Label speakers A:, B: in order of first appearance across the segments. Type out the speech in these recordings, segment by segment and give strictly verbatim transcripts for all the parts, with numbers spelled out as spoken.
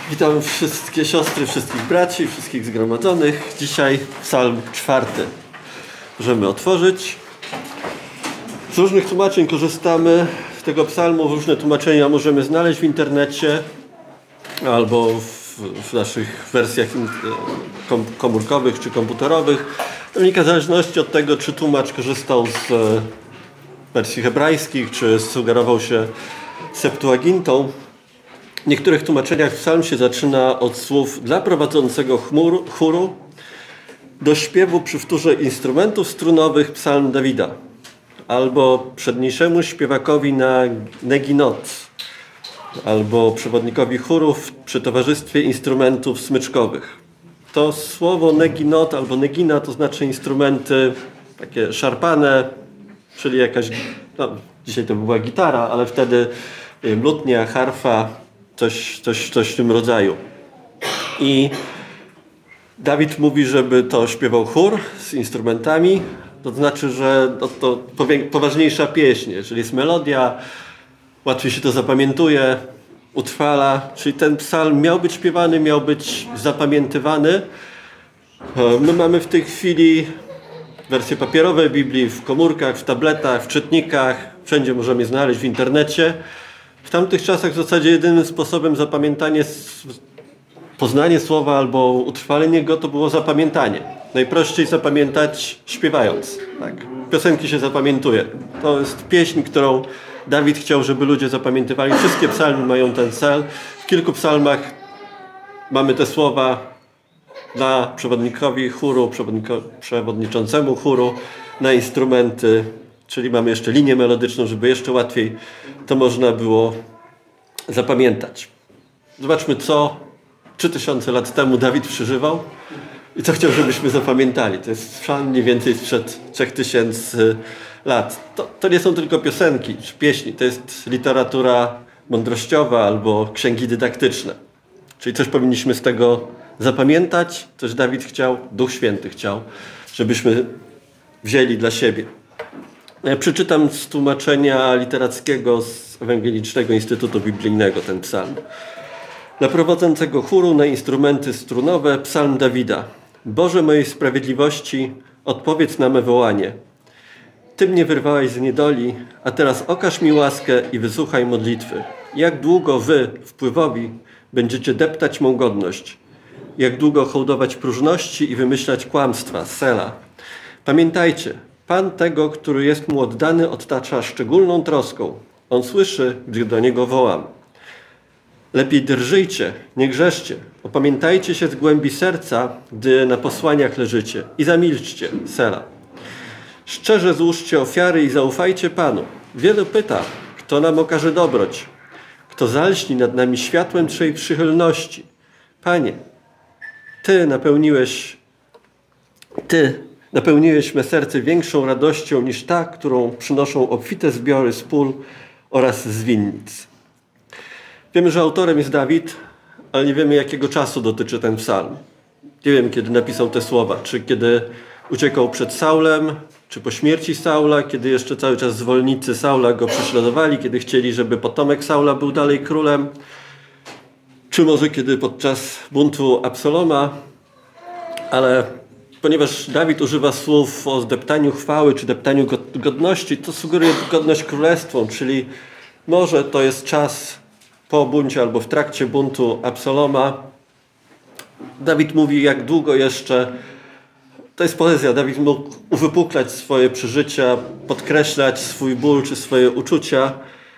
A: Witam wszystkie siostry, wszystkich braci, wszystkich zgromadzonych. Dzisiaj psalm czwarty. Możemy otworzyć. Z różnych tłumaczeń korzystamy. Z tego psalmu różne tłumaczenia możemy znaleźć w internecie albo w, w naszych wersjach komórkowych czy komputerowych. To wynika w zależności od tego, czy tłumacz korzystał z wersji hebrajskich, czy sugerował się Septuagintą. W niektórych tłumaczeniach psalm się zaczyna od słów dla prowadzącego chmur, chóru do śpiewu przy wtórze instrumentów strunowych psalm Dawida albo przedniejszemu śpiewakowi na neginot albo przewodnikowi chórów przy towarzystwie instrumentów smyczkowych. To słowo neginot albo negina to znaczy instrumenty takie szarpane, czyli jakaś, no, dzisiaj to była gitara, ale wtedy lutnia, harfa, Coś, coś, coś w tym rodzaju. I Dawid mówi, żeby to śpiewał chór z instrumentami. To znaczy, że to, to poważniejsza pieśń. Jeżeli jest melodia, łatwiej się to zapamiętuje, utrwala. Czyli ten psalm miał być śpiewany, miał być zapamiętywany. My mamy w tej chwili wersje papierowe Biblii w komórkach, w tabletach, w czytnikach. Wszędzie możemy je znaleźć w internecie. W tamtych czasach w zasadzie jedynym sposobem zapamiętanie, poznanie słowa albo utrwalenie go to było zapamiętanie. Najprościej zapamiętać śpiewając. Tak. Piosenki się zapamiętuje. To jest pieśń, którą Dawid chciał, żeby ludzie zapamiętywali. Wszystkie psalmy mają ten cel. W kilku psalmach mamy te słowa dla przewodnikowi chóru, przewodniczącemu chóru, na instrumenty. Czyli mamy jeszcze linię melodyczną, żeby jeszcze łatwiej to można było zapamiętać. Zobaczmy, co trzy tysiące lat temu Dawid przeżywał i co chciał, żebyśmy zapamiętali. To jest psalm mniej więcej sprzed trzech tysięcy lat. To, to nie są tylko piosenki czy pieśni, to jest literatura mądrościowa albo księgi dydaktyczne. Czyli coś powinniśmy z tego zapamiętać, coś Dawid chciał, Duch Święty chciał, żebyśmy wzięli dla siebie. Ja przeczytam z tłumaczenia literackiego z Ewangelicznego Instytutu Biblijnego ten psalm. Dla prowadzącego chóru na instrumenty strunowe psalm Dawida. Boże mojej sprawiedliwości, odpowiedz na me wołanie. Ty mnie wyrwałeś z niedoli, a teraz okaż mi łaskę i wysłuchaj modlitwy. Jak długo wy, wpływowi, będziecie deptać mą godność? Jak długo hołdować próżności i wymyślać kłamstwa? Sela. Pamiętajcie, Pan tego, który jest mu oddany, otacza szczególną troską. On słyszy, gdy do niego wołam. Lepiej drżyjcie, nie grzeszcie. Opamiętajcie się z głębi serca, gdy na posłaniach leżycie. I zamilczcie, Sela. Szczerze złóżcie ofiary i zaufajcie Panu. Wielu pyta, kto nam okaże dobroć, kto zalśni nad nami światłem Twojej przychylności. Panie, Ty napełniłeś, Ty Napełniłeś me serce większą radością niż ta, którą przynoszą obfite zbiory z pól oraz z winnic. Wiemy, że autorem jest Dawid, ale nie wiemy, jakiego czasu dotyczy ten psalm. Nie wiem, kiedy napisał te słowa. Czy kiedy uciekał przed Saulem, czy po śmierci Saula, kiedy jeszcze cały czas zwolnicy Saula go prześladowali, kiedy chcieli, żeby potomek Saula był dalej królem, czy może kiedy podczas buntu Absaloma, ale ponieważ Dawid używa słów o zdeptaniu chwały czy deptaniu godności, to sugeruje godność królestwą, czyli może to jest czas po buncie albo w trakcie buntu Absaloma. Dawid mówi, jak długo jeszcze, to jest poezja, Dawid mógł uwypuklać swoje przeżycia, podkreślać swój ból czy swoje uczucia.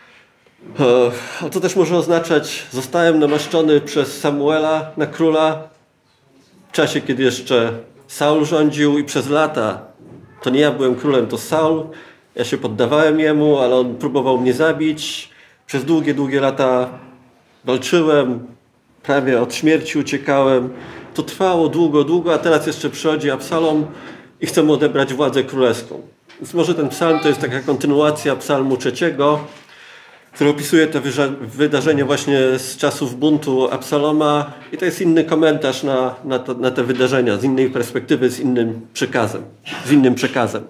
A: A to też może oznaczać, zostałem namaszczony przez Samuela na króla w czasie, kiedy jeszcze Saul rządził i przez lata, to nie ja byłem królem, to Saul. Ja się poddawałem jemu, ale on próbował mnie zabić. Przez długie, długie lata walczyłem, prawie od śmierci uciekałem. To trwało długo, długo, a teraz jeszcze przychodzi Absalom i chce mu odebrać władzę królewską. Więc może ten psalm to jest taka kontynuacja psalmu trzeciego, który opisuje te wydarzenia właśnie z czasów buntu Absaloma i to jest inny komentarz na, na, to, na te wydarzenia, z innej perspektywy, z innym przekazem. Z innym przekazem.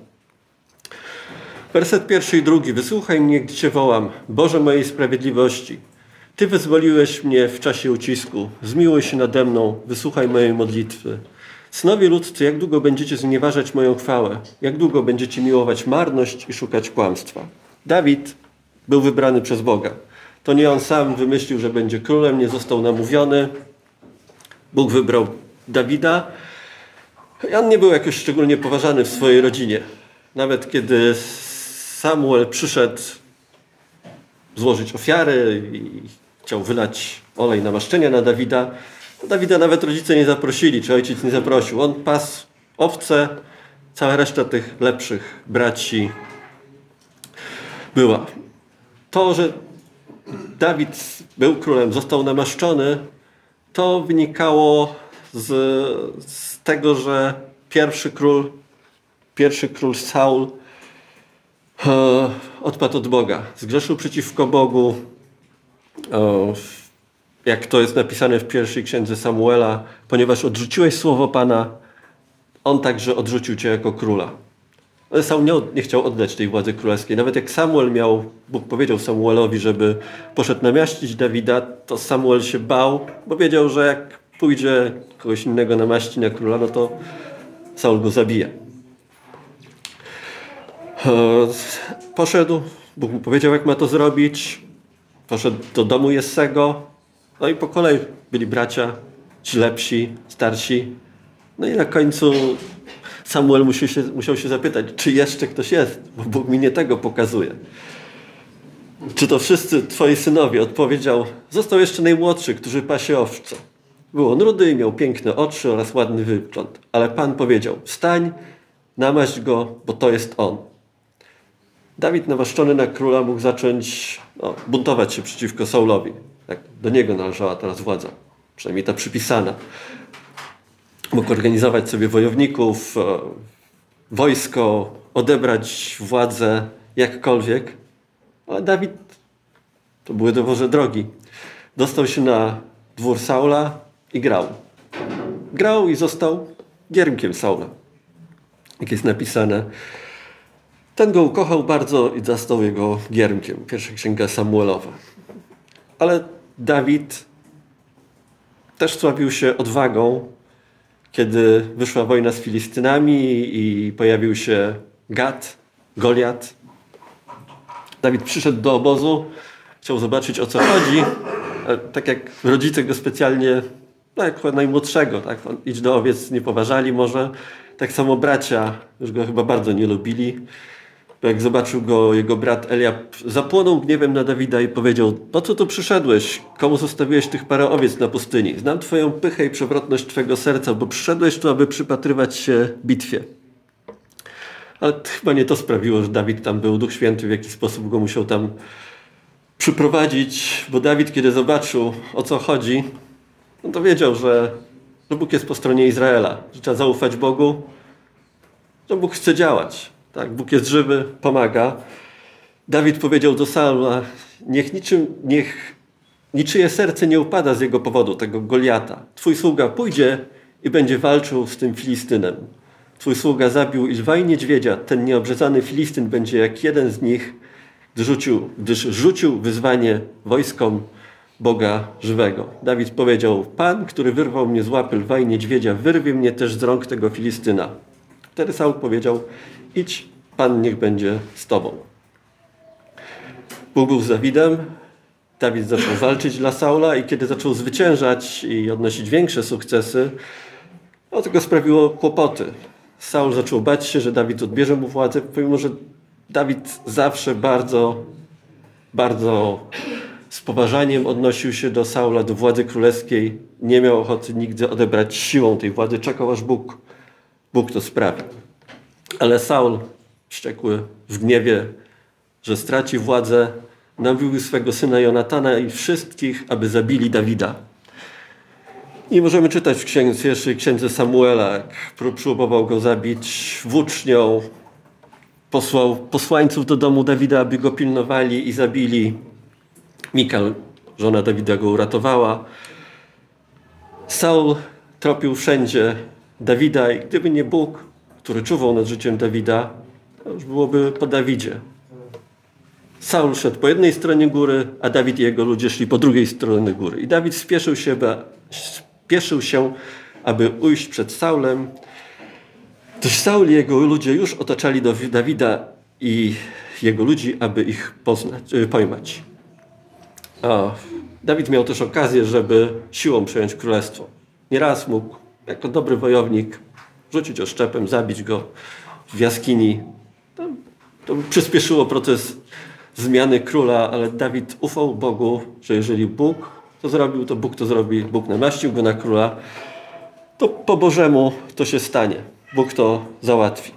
A: Werset pierwszy i drugi. Wysłuchaj mnie, gdy Cię wołam, Boże mojej sprawiedliwości. Ty wyzwoliłeś mnie w czasie ucisku. Zmiłuj się nade mną, wysłuchaj mojej modlitwy. Synowie ludzcy, jak długo będziecie znieważać moją chwałę? Jak długo będziecie miłować marność i szukać kłamstwa? Dawid był wybrany przez Boga. To nie on sam wymyślił, że będzie królem, nie został namówiony. Bóg wybrał Dawida. I on nie był jakoś szczególnie poważany w swojej rodzinie. Nawet kiedy Samuel przyszedł złożyć ofiary i chciał wylać olej namaszczenia na Dawida, to Dawida nawet rodzice nie zaprosili, czy ojciec nie zaprosił. On pasł owce, cała reszta tych lepszych braci była. To, że Dawid był królem, został namaszczony, to wynikało z, z tego, że pierwszy król, pierwszy król Saul e, odpadł od Boga. Zgrzeszył przeciwko Bogu. E, jak to jest napisane w pierwszej księdze Samuela, ponieważ odrzuciłeś słowo Pana, on także odrzucił cię jako króla. Ale Saul nie, nie chciał oddać tej władzy królewskiej. Nawet jak Samuel miał, Bóg powiedział Samuelowi, żeby poszedł namaścić Dawida, to Samuel się bał, bo wiedział, że jak pójdzie kogoś innego namaści na króla, no to Saul go zabije. Poszedł, Bóg mu powiedział, jak ma to zrobić. Poszedł do domu Jessego. No i po kolei byli bracia, ci lepsi, starsi. No i na końcu Samuel musiał się, musiał się zapytać, czy jeszcze ktoś jest, bo Bóg mi nie tego pokazuje. Czy to wszyscy twoi synowie? Odpowiedział, został jeszcze najmłodszy, który pasie owce. Był on rudy i miał piękne oczy oraz ładny wygląd. Ale Pan powiedział, wstań, namaść go, bo to jest on. Dawid namaszczony na króla mógł zacząć no, buntować się przeciwko Saulowi. Tak, do niego należała teraz władza, przynajmniej ta przypisana. Mógł organizować sobie wojowników, e, wojsko, odebrać władzę jakkolwiek. Ale Dawid, to były dworze drogi, dostał się na dwór Saula i grał. Grał i został giermkiem Saula. Jak jest napisane, ten go ukochał bardzo i został jego giermkiem. Pierwsza księga Samuelowa. Ale Dawid też sławił się odwagą, kiedy wyszła wojna z Filistynami i pojawił się Gad, Goliat. Dawid przyszedł do obozu, chciał zobaczyć, o co chodzi. Ale tak jak rodzice go specjalnie, no jak najmłodszego, tak, on, idź do owiec, nie poważali może. Tak samo bracia już go chyba bardzo nie lubili. Bo jak zobaczył go jego brat Eliab, zapłonął gniewem na Dawida i powiedział, po co tu przyszedłeś? Komu zostawiłeś tych parę owiec na pustyni? Znam twoją pychę i przewrotność twego serca, bo przyszedłeś tu, aby przypatrywać się bitwie. Ale chyba nie to sprawiło, że Dawid tam był. Duch Święty w jakiś sposób go musiał tam przyprowadzić, bo Dawid, kiedy zobaczył, o co chodzi, no to wiedział, że, że Bóg jest po stronie Izraela, że trzeba zaufać Bogu, że Bóg chce działać. Tak, Bóg jest żywy, pomaga. Dawid powiedział do Saula, niech, niczym, niech niczyje serce nie upada z jego powodu, tego Goliata. Twój sługa pójdzie i będzie walczył z tym Filistynem. Twój sługa zabił i lwa i niedźwiedzia. Ten nieobrzezany Filistyn będzie jak jeden z nich, gdyż rzucił, gdyż rzucił wyzwanie wojskom Boga żywego. Dawid powiedział, Pan, który wyrwał mnie z łapy lwa i niedźwiedzia, wyrwie mnie też z rąk tego Filistyna. Wtedy Saul powiedział, idź, Pan niech będzie z tobą. Bóg był z Dawidem. Dawid zaczął walczyć dla Saula i kiedy zaczął zwyciężać i odnosić większe sukcesy, no to go sprawiło kłopoty. Saul zaczął bać się, że Dawid odbierze mu władzę, pomimo że Dawid zawsze bardzo, bardzo z poważaniem odnosił się do Saula, do władzy królewskiej. Nie miał ochoty nigdy odebrać siłą tej władzy. Czekał, aż Bóg, Bóg to sprawi. Ale Saul, wściekły w gniewie, że straci władzę, namówił swego syna Jonatana i wszystkich, aby zabili Dawida. I możemy czytać w księdze, pierwszej księdze Samuela, jak próbował go zabić włócznią, posłał posłańców do domu Dawida, aby go pilnowali i zabili. Mikal, żona Dawida, go uratowała. Saul tropił wszędzie Dawida i gdyby nie Bóg, który czuwał nad życiem Dawida, to już byłoby po Dawidzie. Saul szedł po jednej stronie góry, a Dawid i jego ludzie szli po drugiej stronie góry. I Dawid spieszył się, spieszył się aby ujść przed Saulem, gdyż Saul i jego ludzie już otaczali do Dawida i jego ludzi, aby ich poznać, pojmać. A Dawid miał też okazję, żeby siłą przejąć królestwo. Nieraz mógł, jako dobry wojownik, rzucić oszczepem, zabić go w jaskini. To, to przyspieszyło proces zmiany króla, ale Dawid ufał Bogu, że jeżeli Bóg to zrobił, to Bóg to zrobi. Bóg namaścił go na króla, to po Bożemu to się stanie. Bóg to załatwi.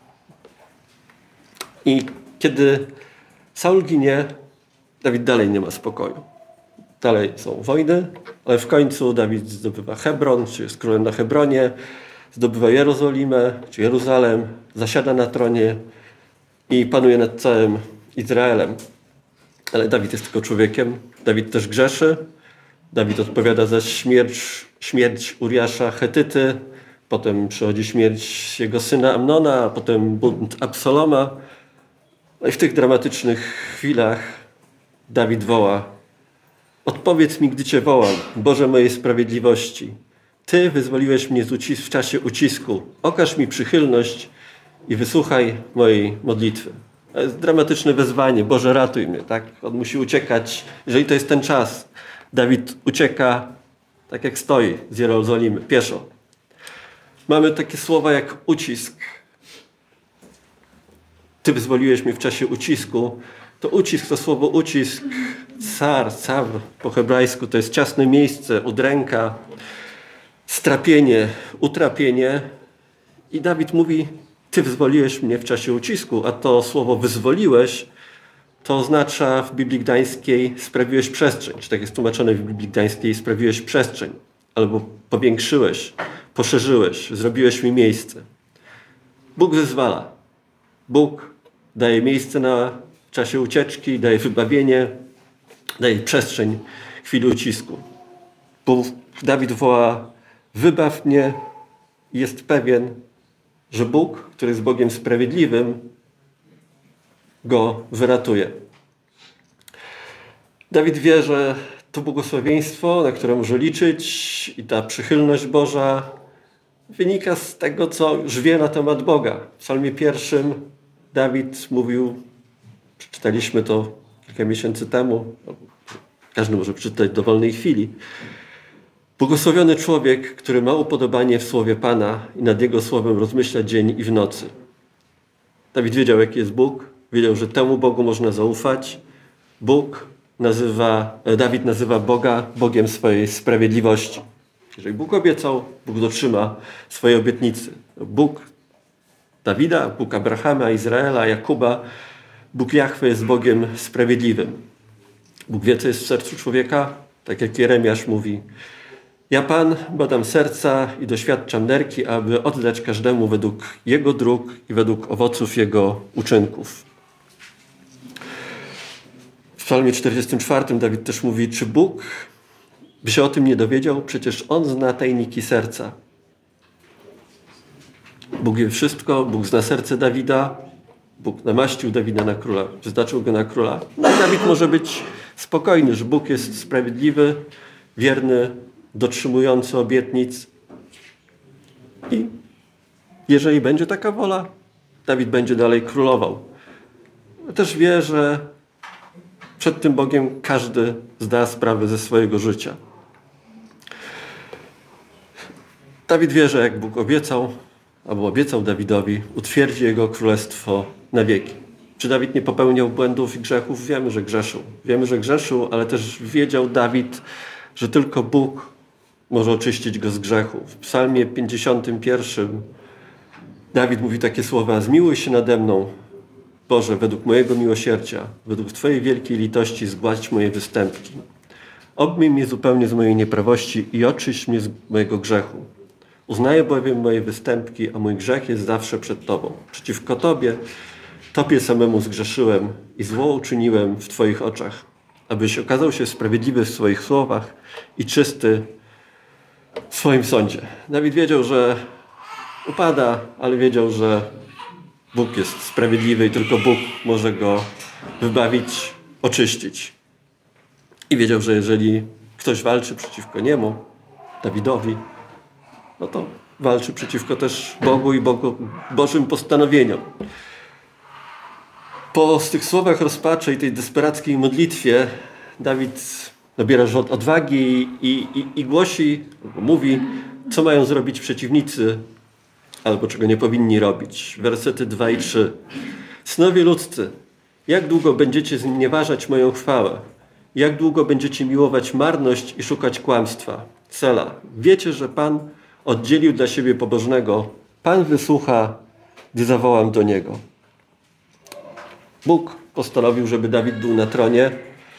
A: I kiedy Saul ginie, Dawid dalej nie ma spokoju. Dalej są wojny, ale w końcu Dawid zdobywa Hebron, czy jest królem na Hebronie, zdobywa Jerozolimę, czy Jeruzalem, zasiada na tronie i panuje nad całym Izraelem. Ale Dawid jest tylko człowiekiem. Dawid też grzeszy. Dawid odpowiada za śmierć, śmierć Uriasza Chetyty. Potem przychodzi śmierć jego syna Amnona, a potem bunt Absaloma. No i w tych dramatycznych chwilach Dawid woła: odpowiedz mi, gdy Cię wołam, Boże mojej sprawiedliwości. Ty wyzwoliłeś mnie z ucis- w czasie ucisku. Okaż mi przychylność i wysłuchaj mojej modlitwy. To jest dramatyczne wezwanie. Boże, ratuj mnie. Tak? On musi uciekać. Jeżeli to jest ten czas, Dawid ucieka tak jak stoi z Jerozolimy, pieszo. Mamy takie słowa jak ucisk. Ty wyzwoliłeś mnie w czasie ucisku. To ucisk, to słowo ucisk, car, caw po hebrajsku, to jest ciasne miejsce, udręka, strapienie, utrapienie. I Dawid mówi: Ty wyzwoliłeś mnie w czasie ucisku, a to słowo wyzwoliłeś to oznacza w Biblii Gdańskiej sprawiłeś przestrzeń. Czy tak jest tłumaczone w Biblii Gdańskiej, sprawiłeś przestrzeń. Albo powiększyłeś, poszerzyłeś, zrobiłeś mi miejsce. Bóg wyzwala. Bóg daje miejsce na w czasie ucieczki, daje wybawienie, daje przestrzeń w chwili ucisku. Bo Dawid woła: wybaw mnie, i jest pewien, że Bóg, który jest Bogiem sprawiedliwym, go wyratuje. Dawid wie, że to błogosławieństwo, na które może liczyć, i ta przychylność Boża wynika z tego, co już wie na temat Boga. W psalmie pierwszym Dawid mówił, przeczytaliśmy to kilka miesięcy temu, każdy może przeczytać w dowolnej chwili: błogosławiony człowiek, który ma upodobanie w słowie Pana i nad Jego słowem rozmyśla dzień i w nocy. Dawid wiedział, jaki jest Bóg, wiedział, że temu Bogu można zaufać. Bóg nazywa, Dawid nazywa Boga Bogiem swojej sprawiedliwości. Jeżeli Bóg obiecał, Bóg dotrzyma swojej obietnicy. Bóg Dawida, Bóg Abrahama, Izraela, Jakuba, Bóg Jahwe jest Bogiem sprawiedliwym. Bóg wie, co jest w sercu człowieka, tak jak Jeremiasz mówi: ja Pan badam serca i doświadczam nerki, aby oddać każdemu według jego dróg i według owoców jego uczynków. W psalmie czterdziestym czwartym Dawid też mówi: czy Bóg by się o tym nie dowiedział? Przecież On zna tajniki serca. Bóg wie wszystko, Bóg zna serce Dawida, Bóg namaścił Dawida na króla, wyznaczył go na króla. No i Dawid może być spokojny, że Bóg jest sprawiedliwy, wierny, dotrzymujący obietnic. I jeżeli będzie taka wola, Dawid będzie dalej królował. Też wie, że przed tym Bogiem każdy zda sprawę ze swojego życia. Dawid wie, że jak Bóg obiecał, albo obiecał Dawidowi, utwierdzi jego królestwo na wieki. Czy Dawid nie popełniał błędów i grzechów? Wiemy, że grzeszył. Wiemy, że grzeszył, ale też wiedział Dawid, że tylko Bóg może oczyścić go z grzechu. W psalmie pięćdziesiątym pierwszym Dawid mówi takie słowa: zmiłuj się nade mną, Boże, według mojego miłosierdzia, według Twojej wielkiej litości zgładź moje występki. Obmyj mnie zupełnie z mojej nieprawości i oczyść mnie z mojego grzechu. Uznaję bowiem moje występki, a mój grzech jest zawsze przed Tobą. Przeciwko Tobie, Tobie samemu zgrzeszyłem i zło uczyniłem w Twoich oczach, abyś okazał się sprawiedliwy w swoich słowach i czysty w swoim sądzie. Dawid wiedział, że upada, ale wiedział, że Bóg jest sprawiedliwy i tylko Bóg może go wybawić, oczyścić. I wiedział, że jeżeli ktoś walczy przeciwko niemu, Dawidowi, no to walczy przeciwko też Bogu i Bogu, Bożym postanowieniom. Po tych słowach rozpaczy i tej desperackiej modlitwie Dawid nabiera odwagi i, i, i głosi, albo mówi, co mają zrobić przeciwnicy, albo czego nie powinni robić. Wersety dwa i trzy. Synowie ludzcy, jak długo będziecie znieważać moją chwałę? Jak długo będziecie miłować marność i szukać kłamstwa? Sela. Wiecie, że Pan oddzielił dla siebie pobożnego. Pan wysłucha, gdy zawołam do Niego. Bóg postanowił, żeby Dawid był na tronie.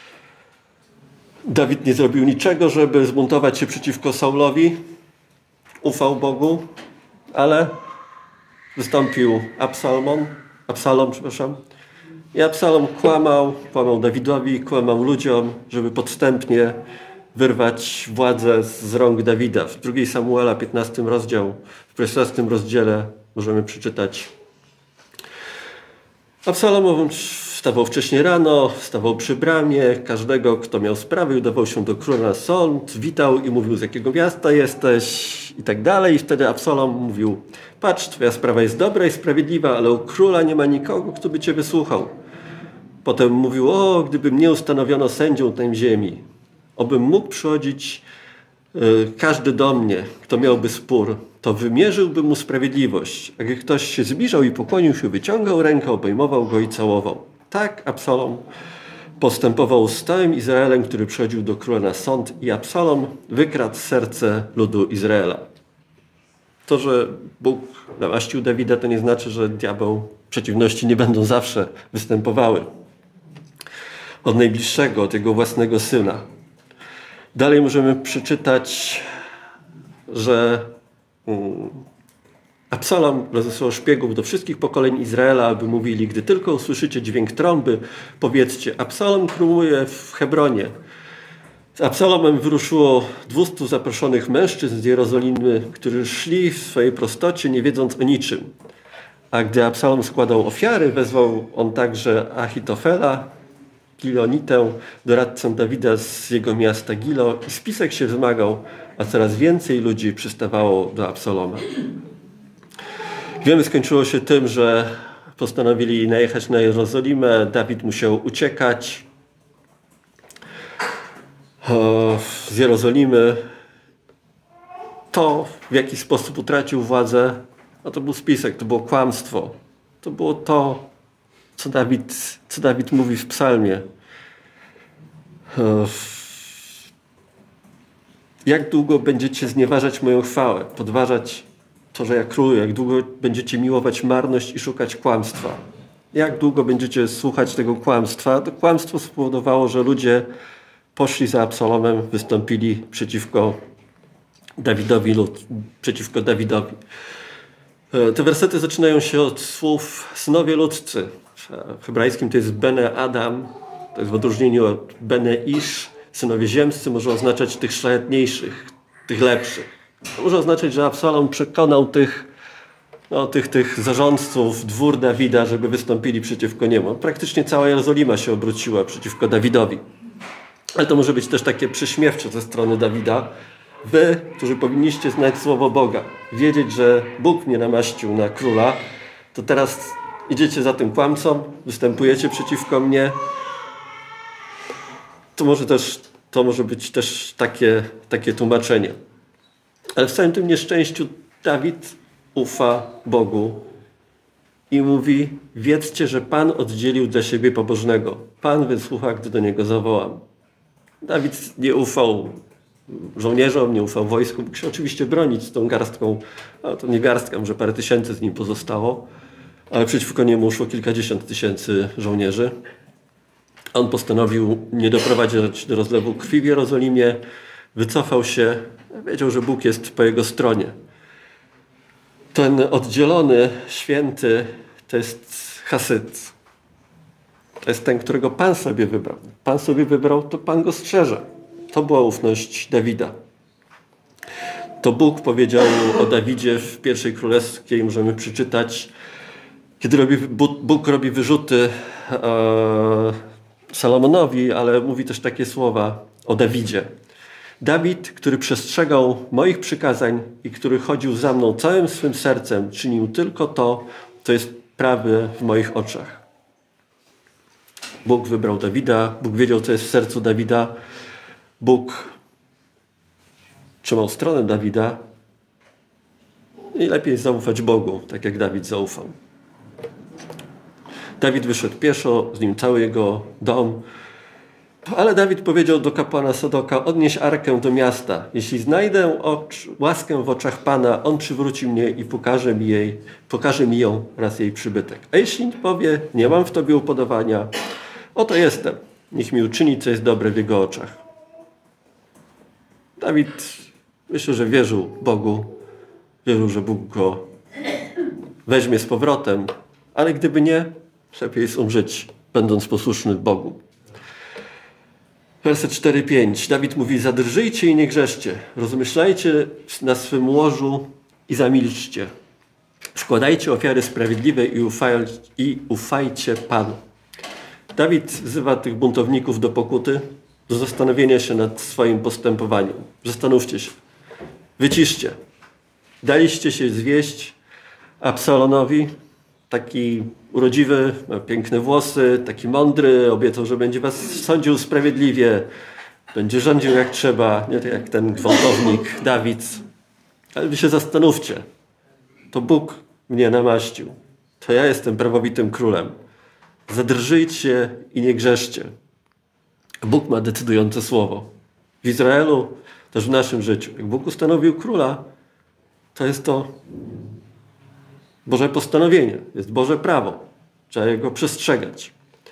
A: Dawid nie zrobił niczego, żeby zbuntować się przeciwko Saulowi. Ufał Bogu, ale wystąpił Absalom, Absalom, przepraszam. I Absalom kłamał, kłamał Dawidowi, kłamał ludziom, żeby podstępnie wyrwać władzę z rąk Dawida. W drugiej Samuela, piętnastym rozdział, w piętnastym rozdziale możemy przeczytać. Absalom wstawał wcześnie rano, wstawał przy bramie, każdego, kto miał sprawy, udawał się do króla na sąd, witał i mówił, z jakiego miasta jesteś i tak dalej. I wtedy Absalom mówił, patrz, twoja sprawa jest dobra i sprawiedliwa, ale u króla nie ma nikogo, kto by cię wysłuchał. Potem mówił, o, gdyby mnie ustanowiono sędzią tej ziemi, obym mógł przychodzić y, każdy do mnie, kto miałby spór, to wymierzyłby mu sprawiedliwość. A gdy ktoś się zbliżał i pokłonił się, wyciągał rękę, obejmował go i całował. Tak Absalom postępował z całym Izraelem, który przychodził do króla na sąd i Absalom wykradł serce ludu Izraela. To, że Bóg namaścił Dawida, to nie znaczy, że diabeł, przeciwności nie będą zawsze występowały. Od najbliższego, od jego własnego syna. Dalej możemy przeczytać, że Absalom rozesłał szpiegów do wszystkich pokoleń Izraela, aby mówili, gdy tylko usłyszycie dźwięk trąby, powiedzcie, Absalom króluje w Hebronie. Z Absalomem wyruszyło dwustu zaproszonych mężczyzn z Jerozolimy, którzy szli w swojej prostocie, nie wiedząc o niczym. A gdy Absalom składał ofiary, wezwał on także Achitofela, Gilonitę, doradcę Dawida z jego miasta Gilo i spisek się wzmagał, a coraz więcej ludzi przystawało do Absaloma. Wiemy, skończyło się tym, że postanowili najechać na Jerozolimę, Dawid musiał uciekać z Jerozolimy. To, w jaki sposób utracił władzę, no to był spisek, to było kłamstwo. To było to, co Dawid, co Dawid mówi w psalmie. Jak długo będziecie znieważać moją chwałę, podważać to, że ja króluję? Jak długo będziecie miłować marność i szukać kłamstwa? Jak długo będziecie słuchać tego kłamstwa? To kłamstwo spowodowało, że ludzie poszli za Absalomem, wystąpili przeciwko Dawidowi, lud, przeciwko Dawidowi. Te wersety zaczynają się od słów synowie ludzcy. W hebrajskim to jest Bene Adam, to jest w odróżnieniu od Bene Ish. Synowie ziemscy może oznaczać tych szlachetniejszych, tych lepszych. To może oznaczać, że Absalom przekonał tych, no, tych, tych zarządców dwór Dawida, żeby wystąpili przeciwko niemu. Praktycznie cała Jerozolima się obróciła przeciwko Dawidowi. Ale to może być też takie prześmiewcze ze strony Dawida. Wy, którzy powinniście znać słowo Boga, wiedzieć, że Bóg mnie namaścił na króla, to teraz idziecie za tym kłamcą, występujecie przeciwko mnie. To może też, to może być też takie, takie tłumaczenie. Ale w całym tym nieszczęściu Dawid ufa Bogu i mówi, wiedzcie, że Pan oddzielił dla siebie pobożnego. Pan wysłucha, gdy do Niego zawołam. Dawid nie ufał żołnierzom, nie ufał wojsku. Mógł się oczywiście bronić z tą garstką, ale to nie garstka, może parę tysięcy z nim pozostało, ale przeciwko niemu szło kilkadziesiąt tysięcy żołnierzy. On postanowił nie doprowadzić do rozlewu krwi w Jerozolimie, wycofał się, wiedział, że Bóg jest po jego stronie. Ten oddzielony święty to jest Hasyt. To jest ten, którego Pan sobie wybrał. Pan sobie wybrał, to Pan go strzeże. To była ufność Dawida. To Bóg powiedział o Dawidzie w pierwszej królewskiej, możemy przeczytać, Kiedy robi, Bóg robi wyrzuty e, Salomonowi, ale mówi też takie słowa o Dawidzie. Dawid, który przestrzegał moich przykazań i który chodził za mną całym swym sercem, czynił tylko to, co jest prawe w moich oczach. Bóg wybrał Dawida, Bóg wiedział, co jest w sercu Dawida. Bóg trzymał stronę Dawida i lepiej zaufać Bogu, tak jak Dawid zaufał. Dawid wyszedł pieszo, z nim cały jego dom. Ale Dawid powiedział do kapłana Sadoka: odnieś arkę do miasta. Jeśli znajdę ocz, łaskę w oczach Pana, on przywróci mnie i pokaże mi, jej, pokaże mi ją oraz jej przybytek. A jeśli powie: nie mam w tobie upodobania, oto jestem. Niech mi uczyni, co jest dobre w jego oczach. Dawid, myślę, że wierzył Bogu. Wierzył, że Bóg go weźmie z powrotem. Ale gdyby nie, lepiej jest umrzeć, będąc posłuszny Bogu. Werset cztery pięć. Dawid mówi: zadrżyjcie i nie grzeszcie. Rozmyślajcie na swym łożu i zamilczcie. Składajcie ofiary sprawiedliwe i, ufaj, i ufajcie Panu. Dawid wzywa tych buntowników do pokuty, do zastanowienia się nad swoim postępowaniem. Zastanówcie się. Wyciszcie. Daliście się zwieść Absalonowi. Taki urodziwy, ma piękne włosy, taki mądry, obiecał, że będzie was sądził sprawiedliwie, będzie rządził jak trzeba, nie tak jak ten gwałtownik Dawid. Ale wy się zastanówcie, to Bóg mnie namaścił, to ja jestem prawowitym królem. Zadrżyjcie i nie grzeszcie. Bóg ma decydujące słowo. W Izraelu, też w naszym życiu. Jak Bóg ustanowił króla, to jest to Boże postanowienie, jest Boże prawo. Trzeba jego przestrzegać.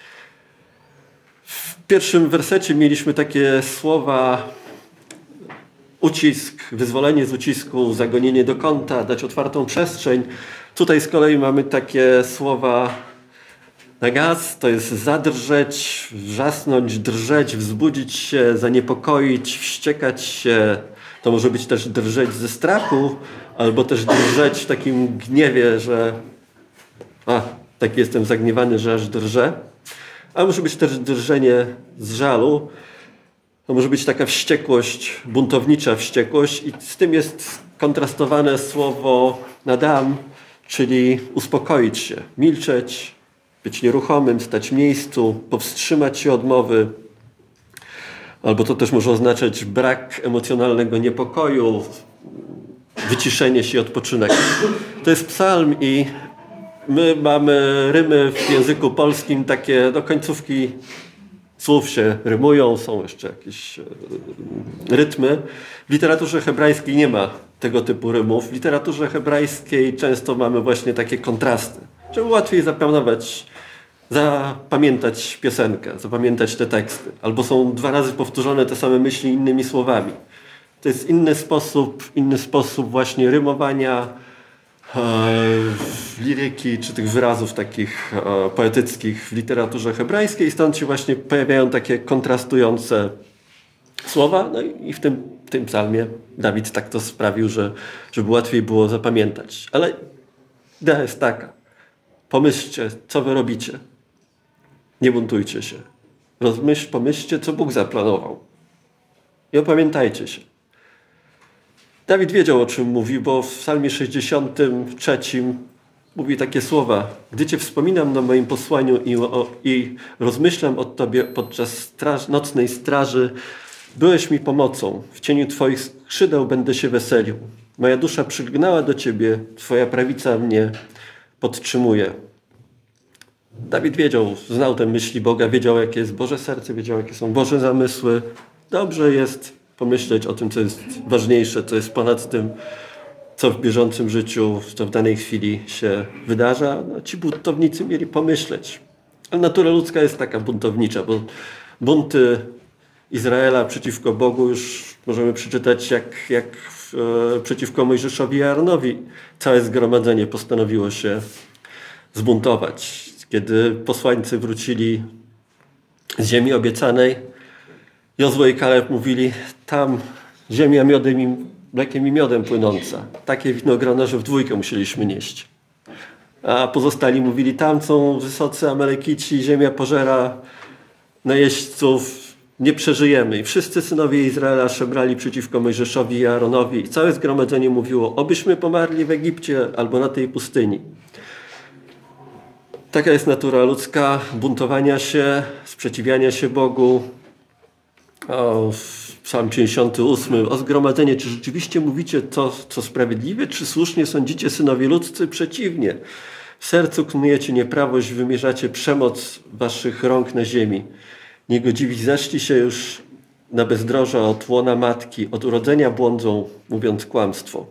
A: W pierwszym wersecie mieliśmy takie słowa: ucisk, wyzwolenie z ucisku, zagonienie do kąta, dać otwartą przestrzeń. Tutaj z kolei mamy takie słowa nagaz, to jest zadrżeć, wrzasnąć, drżeć, wzbudzić się, zaniepokoić, wściekać się. To może być też drżeć ze strachu, albo też drżeć w takim gniewie, że a, taki jestem zagniewany, że aż drżę. A może być też drżenie z żalu. To może być taka wściekłość, buntownicza wściekłość i z tym jest kontrastowane słowo nadam, czyli uspokoić się, milczeć, być nieruchomym, stać w miejscu, powstrzymać się od mowy. Albo to też może oznaczać brak emocjonalnego niepokoju, wyciszenie się i odpoczynek. To jest psalm i my mamy rymy w języku polskim, takie do końcówki słów się rymują, są jeszcze jakieś rytmy. W literaturze hebrajskiej nie ma tego typu rymów. W literaturze hebrajskiej często mamy właśnie takie kontrasty, żeby łatwiej zaplanować, zapamiętać piosenkę, zapamiętać te teksty. Albo są dwa razy powtórzone te same myśli innymi słowami. To jest inny sposób, inny sposób właśnie rymowania, e, liryki, czy tych wyrazów takich e, poetyckich w literaturze hebrajskiej. Stąd się właśnie pojawiają takie kontrastujące słowa. No i w tym, w tym psalmie Dawid tak to sprawił, że, żeby łatwiej było zapamiętać. Ale idea jest taka. Pomyślcie, co wy robicie. Nie buntujcie się. Rozmyśl, pomyślcie, co Bóg zaplanował. I opamiętajcie się. Dawid wiedział, o czym mówi, bo w psalmie sześćdziesiątym trzecim mówi takie słowa: gdy Cię wspominam na moim posłaniu i, o, i rozmyślam o Tobie podczas straż, nocnej straży, byłeś mi pomocą. W cieniu Twoich skrzydeł będę się weselił. Moja dusza przygnała do Ciebie, Twoja prawica mnie podtrzymuje. Dawid wiedział, znał te myśli Boga, wiedział, jakie jest Boże serce, wiedział, jakie są Boże zamysły. Dobrze jest pomyśleć o tym, co jest ważniejsze, co jest ponad tym, co w bieżącym życiu, co w danej chwili się wydarza. No, ci buntownicy mieli pomyśleć. Ale natura ludzka jest taka buntownicza, bo bunty Izraela przeciwko Bogu już możemy przeczytać, jak, jak e, przeciwko Mojżeszowi i Aaronowi całe zgromadzenie postanowiło się zbuntować. Kiedy posłańcy wrócili z ziemi obiecanej, Jozue i Kaleb mówili: tam ziemia miodem i mlekiem i miodem płynąca. Takie winogrona, że w dwójkę musieliśmy nieść. A pozostali mówili, tam są wysocy Amalekici, ziemia pożera najeźdźców, nie przeżyjemy. I wszyscy synowie Izraela szemrali przeciwko Mojżeszowi i Aaronowi. I całe zgromadzenie mówiło, obyśmy pomarli w Egipcie albo na tej pustyni. Taka jest natura ludzka, buntowania się, sprzeciwiania się Bogu. O, Psalm pięćdziesiąty ósmy. O zgromadzenie, czy rzeczywiście mówicie to, co sprawiedliwe, czy słusznie sądzicie, synowie ludzcy? Przeciwnie. W sercu knujecie nieprawość, wymierzacie przemoc waszych rąk na ziemi. Niegodziwi zeszli się już na bezdroża od łona matki, od urodzenia błądzą, mówiąc kłamstwo.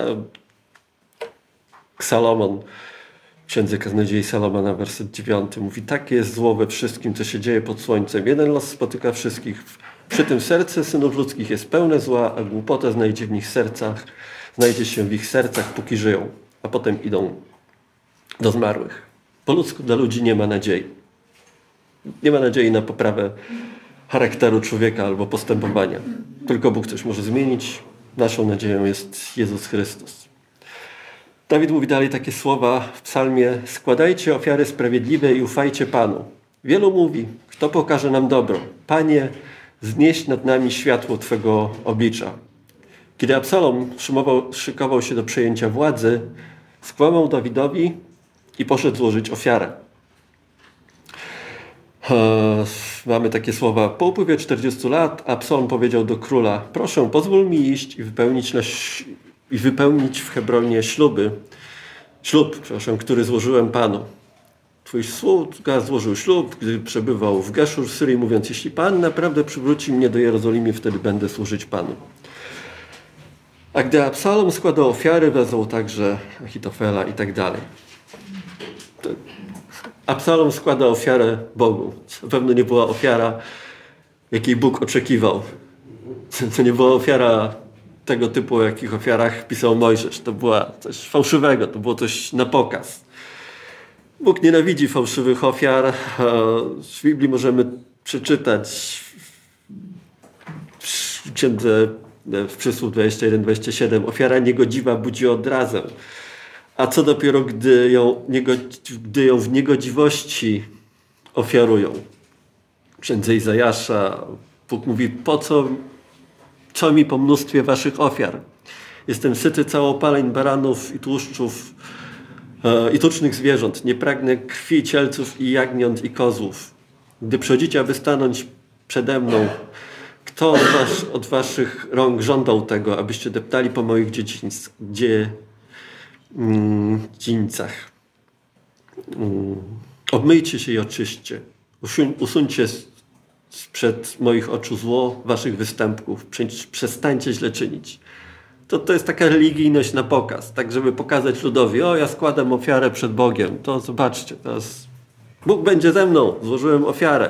A: Salomon, w Księdze Kaznodziei Salomona, werset dziewiąty, mówi, takie jest zło we wszystkim, co się dzieje pod słońcem. Jeden los spotyka wszystkich. Przy tym serce synów ludzkich jest pełne zła, a głupota znajdzie w nich sercach, znajdzie się w ich sercach, póki żyją, a potem idą do zmarłych. Po ludzku dla ludzi nie ma nadziei. Nie ma nadziei na poprawę charakteru człowieka albo postępowania. Tylko Bóg coś może zmienić. Naszą nadzieją jest Jezus Chrystus. Dawid mówi dalej takie słowa w psalmie: składajcie ofiary sprawiedliwe i ufajcie Panu. Wielu mówi, kto pokaże nam dobro? Panie, znieś nad nami światło Twego oblicza. Kiedy Absalom szykował się do przejęcia władzy, skłamał Dawidowi i poszedł złożyć ofiarę. Mamy takie słowa. Po upływie czterdziestu lat Absalom powiedział do króla: proszę, pozwól mi iść i wypełnić, na, i wypełnić w Hebronie śluby, ślub, przepraszam, który złożyłem Panu. Twój sługa złożył ślub, gdy przebywał w Geszur w Syrii, mówiąc: jeśli Pan naprawdę przywróci mnie do Jerozolimy, wtedy będę służyć Panu. A gdy Absalom składał ofiary, wezwał także Achitofela i tak dalej. Absalom składa ofiarę Bogu. Na pewno nie była ofiara, jakiej Bóg oczekiwał. To nie była ofiara tego typu, o jakich ofiarach pisał Mojżesz. To była coś fałszywego, to było coś na pokaz. Bóg nienawidzi fałszywych ofiar. W Biblii możemy przeczytać w Księdze w Przysłów dwadzieścia jeden dwadzieścia siedem: ofiara niegodziwa budzi odrazę. A co dopiero, gdy ją, gdy ją w niegodziwości ofiarują. W Księdze Izajasza Bóg mówi: po co, co mi po mnóstwie waszych ofiar? Jestem syty całopaleń baranów i tłuszczów e, i tucznych zwierząt. Nie pragnę krwi cielców i jagniąt i kozłów. Gdy przychodzicie, aby stanąć przede mną, kto od, was, od waszych rąk żądał tego, abyście deptali po moich dziedzińcach? Gdzie dziedzińcach. Obmyjcie się i oczyście. Usuńcie sprzed moich oczu zło waszych występków. Przestańcie źle czynić. To, to jest taka religijność na pokaz. Tak, żeby pokazać ludowi: o, ja składam ofiarę przed Bogiem. To zobaczcie, teraz Bóg będzie ze mną. Złożyłem ofiarę.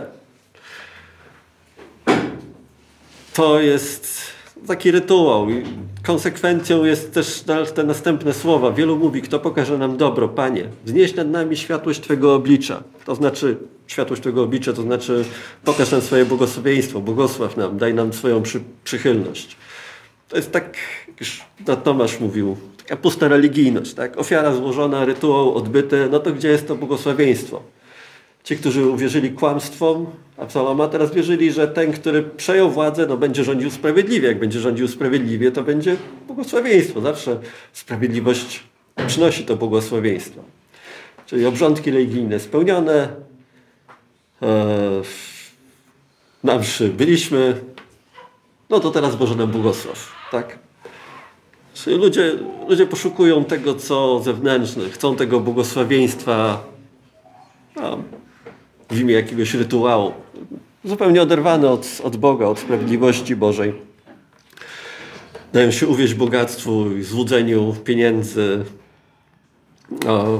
A: To jest taki rytuał. Konsekwencją jest też te następne słowa. Wielu mówi: kto pokaże nam dobro? Panie, znieś nad nami światłość Twego oblicza. To znaczy, światłość Twego oblicza, to znaczy pokaż nam swoje błogosławieństwo, błogosław nam, daj nam swoją przy, przychylność. To jest tak, jak już Tomasz mówił, taka pusta religijność. Tak? Ofiara złożona, rytuał odbyty, no to gdzie jest to błogosławieństwo? Ci, którzy uwierzyli kłamstwom Absaloma, teraz wierzyli, że ten, który przejął władzę, no będzie rządził sprawiedliwie. Jak będzie rządził sprawiedliwie, to będzie błogosławieństwo. Zawsze sprawiedliwość przynosi to błogosławieństwo. Czyli obrządki religijne spełnione. E, na mszy byliśmy. No to teraz Boże nam błogosław. Tak? Czyli ludzie, ludzie poszukują tego, co zewnętrzne. Chcą tego błogosławieństwa, no, w imię jakiegoś rytuału. Zupełnie oderwane od, od Boga, od sprawiedliwości Bożej. Dają się uwieść bogactwu i złudzeniu pieniędzy. O.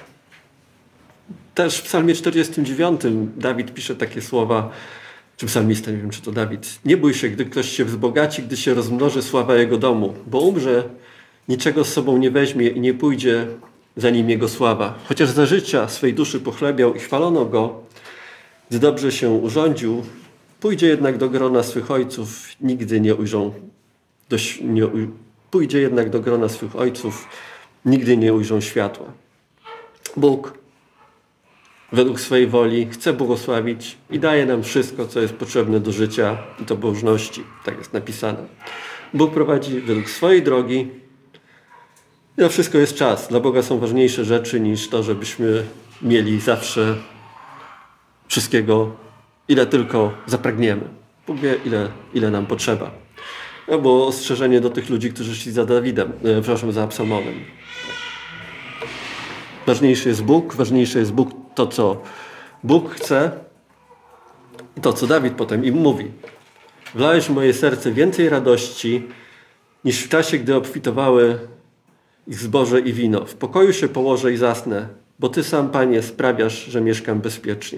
A: Też w psalmie czterdziestym dziewiątym Dawid pisze takie słowa, czy psalmista, nie wiem, czy to Dawid: nie bój się, gdy ktoś się wzbogaci, gdy się rozmnoży sława jego domu, bo umrze, niczego z sobą nie weźmie i nie pójdzie za nim jego sława. Chociaż za życia swej duszy pochlebiał i chwalono go, gdy dobrze się urządził, pójdzie jednak do grona swych ojców, nigdy nie ujrzą, do, nie, pójdzie jednak do grona swych ojców, nigdy nie ujrzą światła. Bóg według swojej woli chce błogosławić i daje nam wszystko, co jest potrzebne do życia i do pobożności. Tak jest napisane. Bóg prowadzi według swojej drogi i na wszystko jest czas. Dla Boga są ważniejsze rzeczy niż to, żebyśmy mieli zawsze wszystkiego, ile tylko zapragniemy. Bóg wie, ile, ile nam potrzeba. To było ostrzeżenie do tych ludzi, którzy szli za Dawidem, e, przepraszam, za Absalonem. Ważniejszy jest Bóg, ważniejszy jest Bóg, to co Bóg chce i to co Dawid potem im mówi. Wlałeś w moje serce więcej radości niż w czasie, gdy obfitowały ich zboże i wino. W pokoju się położę i zasnę, bo Ty sam, Panie, sprawiasz, że mieszkam bezpiecznie.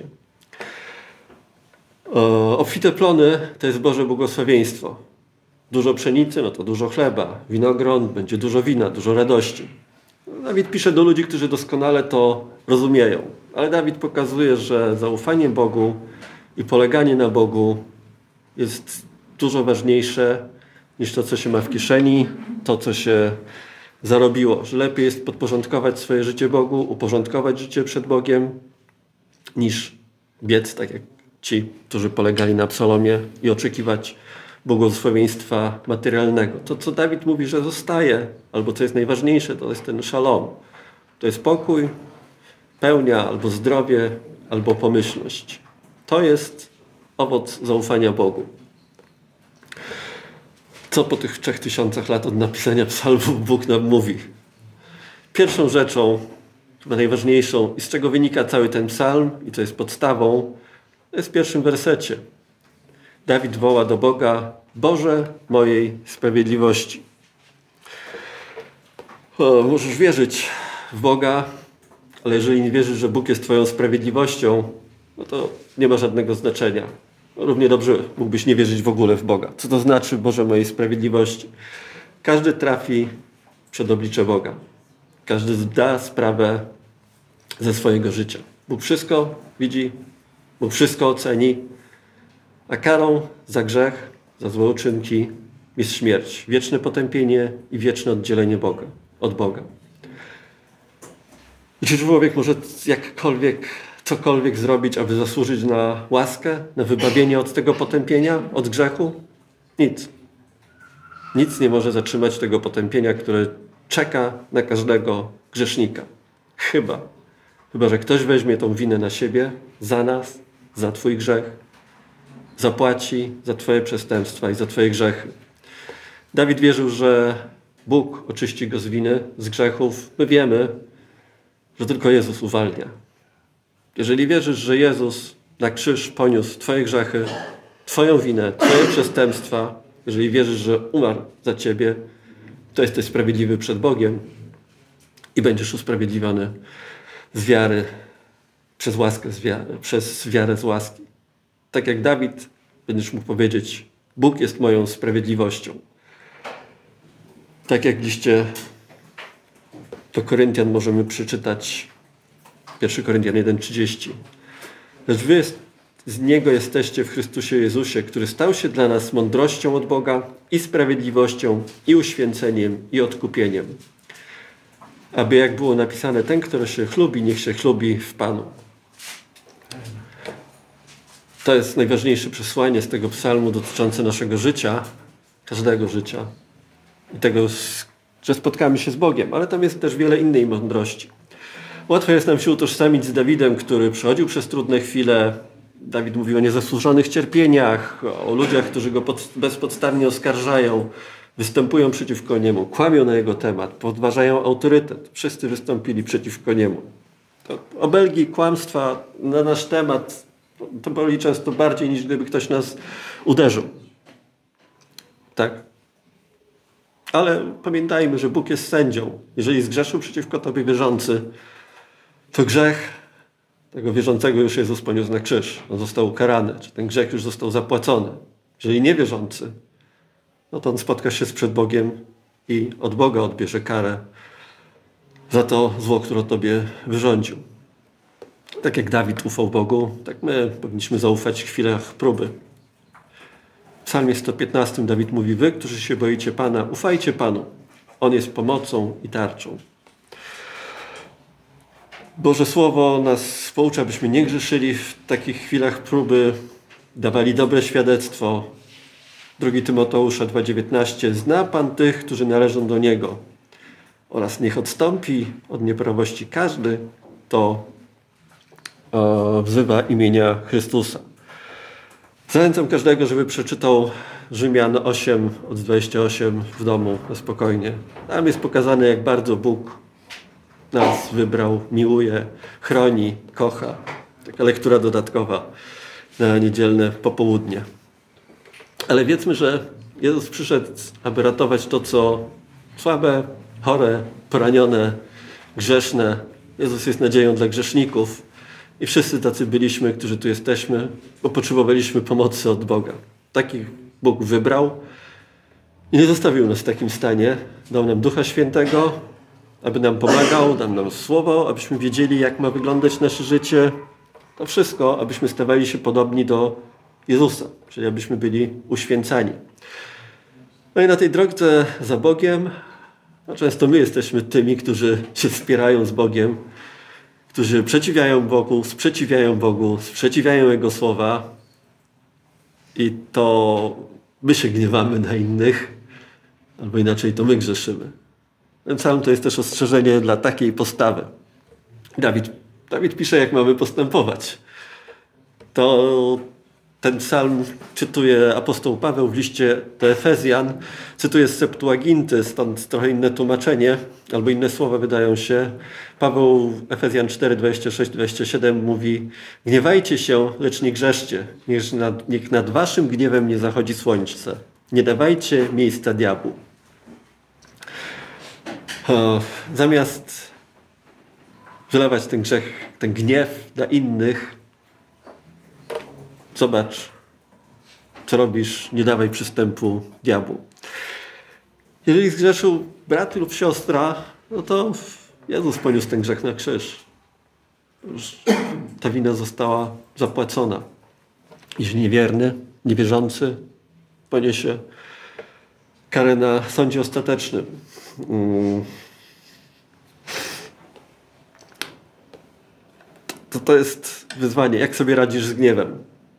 A: O, obfite plony to jest Boże błogosławieństwo. Dużo pszenicy, no to dużo chleba, winogron, będzie dużo wina, dużo radości. Dawid pisze do ludzi, którzy doskonale to rozumieją. Ale Dawid pokazuje, że zaufanie Bogu i poleganie na Bogu jest dużo ważniejsze niż to, co się ma w kieszeni, to, co się zarobiło. Że lepiej jest podporządkować swoje życie Bogu, uporządkować życie przed Bogiem, niż biec, tak jak ci, którzy polegali na Absalomie i oczekiwać błogosławieństwa materialnego. To, co Dawid mówi, że zostaje, albo co jest najważniejsze, to jest ten szalom. To jest pokój, pełnia, albo zdrowie, albo pomyślność. To jest owoc zaufania Bogu. Co po tych trzech tysiącach lat od napisania psalmów Bóg nam mówi? Pierwszą rzeczą, chyba najważniejszą, i z czego wynika cały ten psalm, i co jest podstawą, to jest w pierwszym wersecie. Dawid woła do Boga: Boże mojej sprawiedliwości. O, możesz wierzyć w Boga, ale jeżeli nie wierzysz, że Bóg jest Twoją sprawiedliwością, no to nie ma żadnego znaczenia. Równie dobrze mógłbyś nie wierzyć w ogóle w Boga. Co to znaczy Boże mojej sprawiedliwości? Każdy trafi przed oblicze Boga. Każdy zda sprawę ze swojego życia. Bóg wszystko widzi, Bóg wszystko oceni, a karą za grzech, za złe uczynki jest śmierć, wieczne potępienie i wieczne oddzielenie Boga, od Boga. I czy człowiek może jakkolwiek, cokolwiek zrobić, aby zasłużyć na łaskę, na wybawienie od tego potępienia, od grzechu? Nic. Nic nie może zatrzymać tego potępienia, które czeka na każdego grzesznika. Chyba. Chyba, że ktoś weźmie tą winę na siebie, za nas, za Twój grzech, zapłaci za Twoje przestępstwa i za Twoje grzechy. Dawid wierzył, że Bóg oczyści go z winy, z grzechów. My wiemy, że tylko Jezus uwalnia. Jeżeli wierzysz, że Jezus na krzyż poniósł Twoje grzechy, Twoją winę, Twoje przestępstwa, jeżeli wierzysz, że umarł za Ciebie, to jesteś sprawiedliwy przed Bogiem i będziesz usprawiedliwiony z wiary, przez łaskę z wiary, przez wiarę z łaski. Tak jak Dawid, będziesz mógł powiedzieć: Bóg jest moją sprawiedliwością. Tak jak w liście do Koryntian możemy przeczytać pierwszy Koryntian jeden trzydzieści. Lecz wy z Niego jesteście w Chrystusie Jezusie, który stał się dla nas mądrością od Boga i sprawiedliwością, i uświęceniem, i odkupieniem. Aby, jak było napisane, ten, kto się chlubi, niech się chlubi w Panu. To jest najważniejsze przesłanie z tego psalmu dotyczące naszego życia, każdego życia i tego, że spotkamy się z Bogiem, ale tam jest też wiele innej mądrości. Łatwo jest nam się utożsamić z Dawidem, który przechodził przez trudne chwile. Dawid mówił o niezasłużonych cierpieniach, o ludziach, którzy go pod, bezpodstawnie oskarżają, występują przeciwko niemu, kłamią na jego temat, podważają autorytet. Wszyscy wystąpili przeciwko niemu. To obelgi, kłamstwa na nasz temat to boli często bardziej, niż gdyby ktoś nas uderzył. Tak? Ale pamiętajmy, że Bóg jest sędzią. Jeżeli zgrzeszył przeciwko Tobie wierzący, to grzech tego wierzącego już Jezus poniósł na krzyż. On został ukarany, czy ten grzech już został zapłacony. Jeżeli niewierzący, no to on spotka się z przed Bogiem i od Boga odbierze karę za to zło, które Tobie wyrządził. Tak jak Dawid ufał Bogu, tak my powinniśmy zaufać w chwilach próby. W psalmie sto piętnastym Dawid mówi: wy, którzy się boicie Pana, ufajcie Panu. On jest pomocą i tarczą. Boże Słowo nas poucza, byśmy nie grzeszyli w takich chwilach próby, dawali dobre świadectwo. Drugi Tymoteusza dwa dziewiętnaście. Zna Pan tych, którzy należą do Niego, oraz niech odstąpi od nieprawości każdy, kto e, wzywa imienia Chrystusa. Zachęcam każdego, żeby przeczytał Rzymian osiem od dwudziestego ósmego w domu na spokojnie. Tam jest pokazane, jak bardzo Bóg nas wybrał, miłuje, chroni, kocha. Taka lektura dodatkowa na niedzielne popołudnie. Ale wiedzmy, że Jezus przyszedł, aby ratować to, co słabe, chore, poranione, grzeszne. Jezus jest nadzieją dla grzeszników i wszyscy tacy byliśmy, którzy tu jesteśmy, bo potrzebowaliśmy pomocy od Boga. Takich Bóg wybrał i nie zostawił nas w takim stanie. Dał nam Ducha Świętego, aby nam pomagał, dał nam Słowo, abyśmy wiedzieli, jak ma wyglądać nasze życie. To wszystko, abyśmy stawali się podobni do Jezusa, czyli abyśmy byli uświęcani. No i na tej drodze za Bogiem, no często my jesteśmy tymi, którzy się wspierają z Bogiem, którzy przeciwiają Bogu, sprzeciwiają Bogu, sprzeciwiają Jego słowa i to my się gniewamy na innych, albo inaczej to my grzeszymy. Ten psalm to jest też ostrzeżenie dla takiej postawy. Dawid, Dawid pisze, jak mamy postępować. To ten psalm cytuje apostoł Paweł w liście do Efezjan, cytuje z Septuaginty, stąd trochę inne tłumaczenie, albo inne słowa wydają się. Paweł Efezjan cztery, dwadzieścia sześć dwadzieścia siedem mówi: gniewajcie się, lecz nie grzeszcie, niech nad, niech nad waszym gniewem nie zachodzi słońce. Nie dawajcie miejsca diabłu. O, zamiast wylewać ten grzech, ten gniew na innych, zobacz, co robisz, nie dawaj przystępu diabłu. Jeżeli zgrzeszył brat lub siostra, no to Jezus poniósł ten grzech na krzyż. Już ta wina została zapłacona. Jeśli niewierny, niewierzący poniesie karę na sądzie ostatecznym. To, to jest wyzwanie. Jak sobie radzisz z gniewem?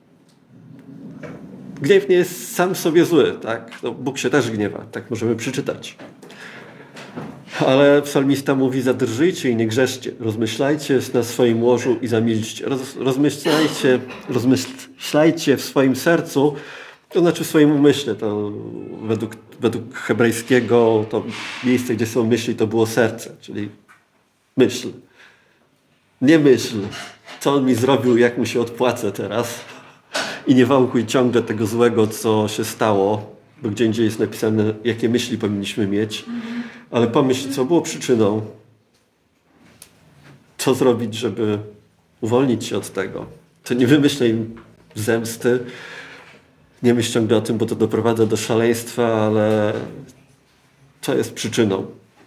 A: Gniew nie jest sam w sobie zły, tak? No, Bóg się też gniewa, tak możemy przeczytać. Ale psalmista mówi: zadrżyjcie i nie grzeszcie, rozmyślajcie na swoim łożu i zamilczcie. Roz, rozmyślajcie, rozmyślajcie w swoim sercu, to znaczy w swoim umyśle. To według, według hebrajskiego to miejsce, gdzie są myśli, to było serce, czyli myśl. Nie myśl, co on mi zrobił, jak mu się odpłacę teraz. I nie wałkuj ciągle tego złego, co się stało, bo gdzie indziej jest napisane, jakie myśli powinniśmy mieć. Ale pomyśl, co było przyczyną. Co zrobić, żeby uwolnić się od tego. To nie wymyślaj zemsty. Nie myśl ciągle o tym, bo to doprowadza do szaleństwa, ale co jest przyczyną.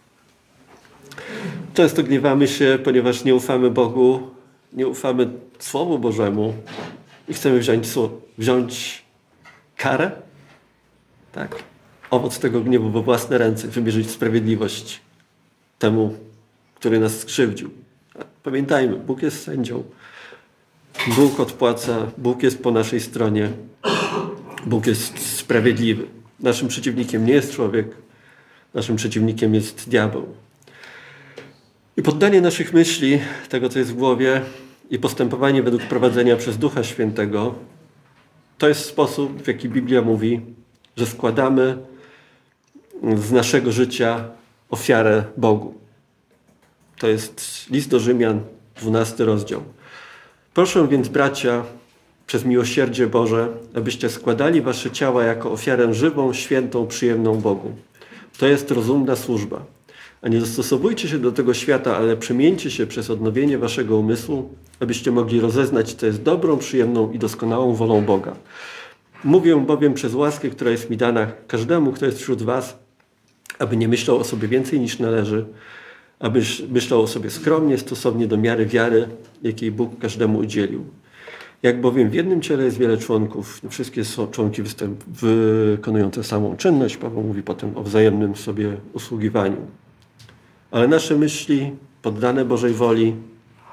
A: Często gniewamy się, ponieważ nie ufamy Bogu, nie ufamy Słowu Bożemu i chcemy wziąć, wziąć karę, tak? Owoc tego gniewu we własne ręce, wymierzyć sprawiedliwość temu, który nas skrzywdził. Pamiętajmy, Bóg jest sędzią. Bóg odpłaca, Bóg jest po naszej stronie. Bóg jest sprawiedliwy. Naszym przeciwnikiem nie jest człowiek, naszym przeciwnikiem jest diabeł. I poddanie naszych myśli, tego co jest w głowie, i postępowanie według prowadzenia przez Ducha Świętego, to jest sposób, w jaki Biblia mówi, że składamy z naszego życia ofiarę Bogu. To jest list do Rzymian, dwunasty rozdział. Proszę więc, bracia, przez miłosierdzie Boże, abyście składali wasze ciała jako ofiarę żywą, świętą, przyjemną Bogu. To jest rozumna służba. A nie dostosowujcie się do tego świata, ale przemieńcie się przez odnowienie waszego umysłu, abyście mogli rozeznać, co jest dobrą, przyjemną i doskonałą wolą Boga. Mówię bowiem przez łaskę, która jest mi dana każdemu, kto jest wśród was, aby nie myślał o sobie więcej niż należy, aby myślał o sobie skromnie, stosownie do miary wiary, jakiej Bóg każdemu udzielił. Jak bowiem w jednym ciele jest wiele członków, wszystkie są członki występ, wykonują tę samą czynność, Paweł mówi potem o wzajemnym sobie usługiwaniu. Ale nasze myśli, poddane Bożej woli,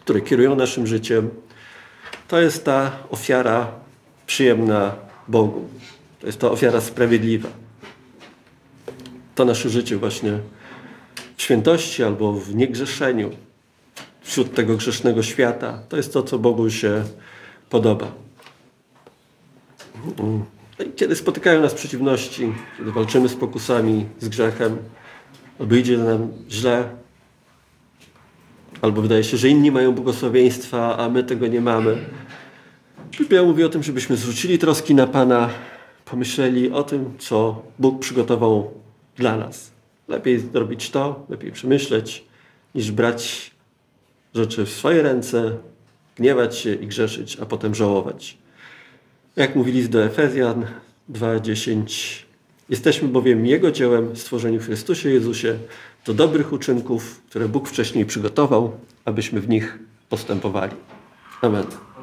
A: które kierują naszym życiem. To jest ta ofiara przyjemna Bogu. To jest ta ofiara sprawiedliwa. To nasze życie właśnie w świętości albo w niegrzeszeniu wśród tego grzesznego świata. To jest to, co Bogu się podoba. I kiedy spotykają nas przeciwności, kiedy walczymy z pokusami, z grzechem, albo idzie nam źle, albo wydaje się, że inni mają błogosławieństwa, a my tego nie mamy. Biblia mówi o tym, żebyśmy zwrócili troski na Pana, pomyśleli o tym, co Bóg przygotował dla nas. Lepiej zrobić to, lepiej przemyśleć, niż brać rzeczy w swoje ręce, gniewać się i grzeszyć, a potem żałować. Jak mówi list do Efezjan dwa dziesięć. Jesteśmy bowiem Jego dziełem stworzeni w Chrystusie Jezusie do dobrych uczynków, które Bóg wcześniej przygotował, abyśmy w nich postępowali. Amen.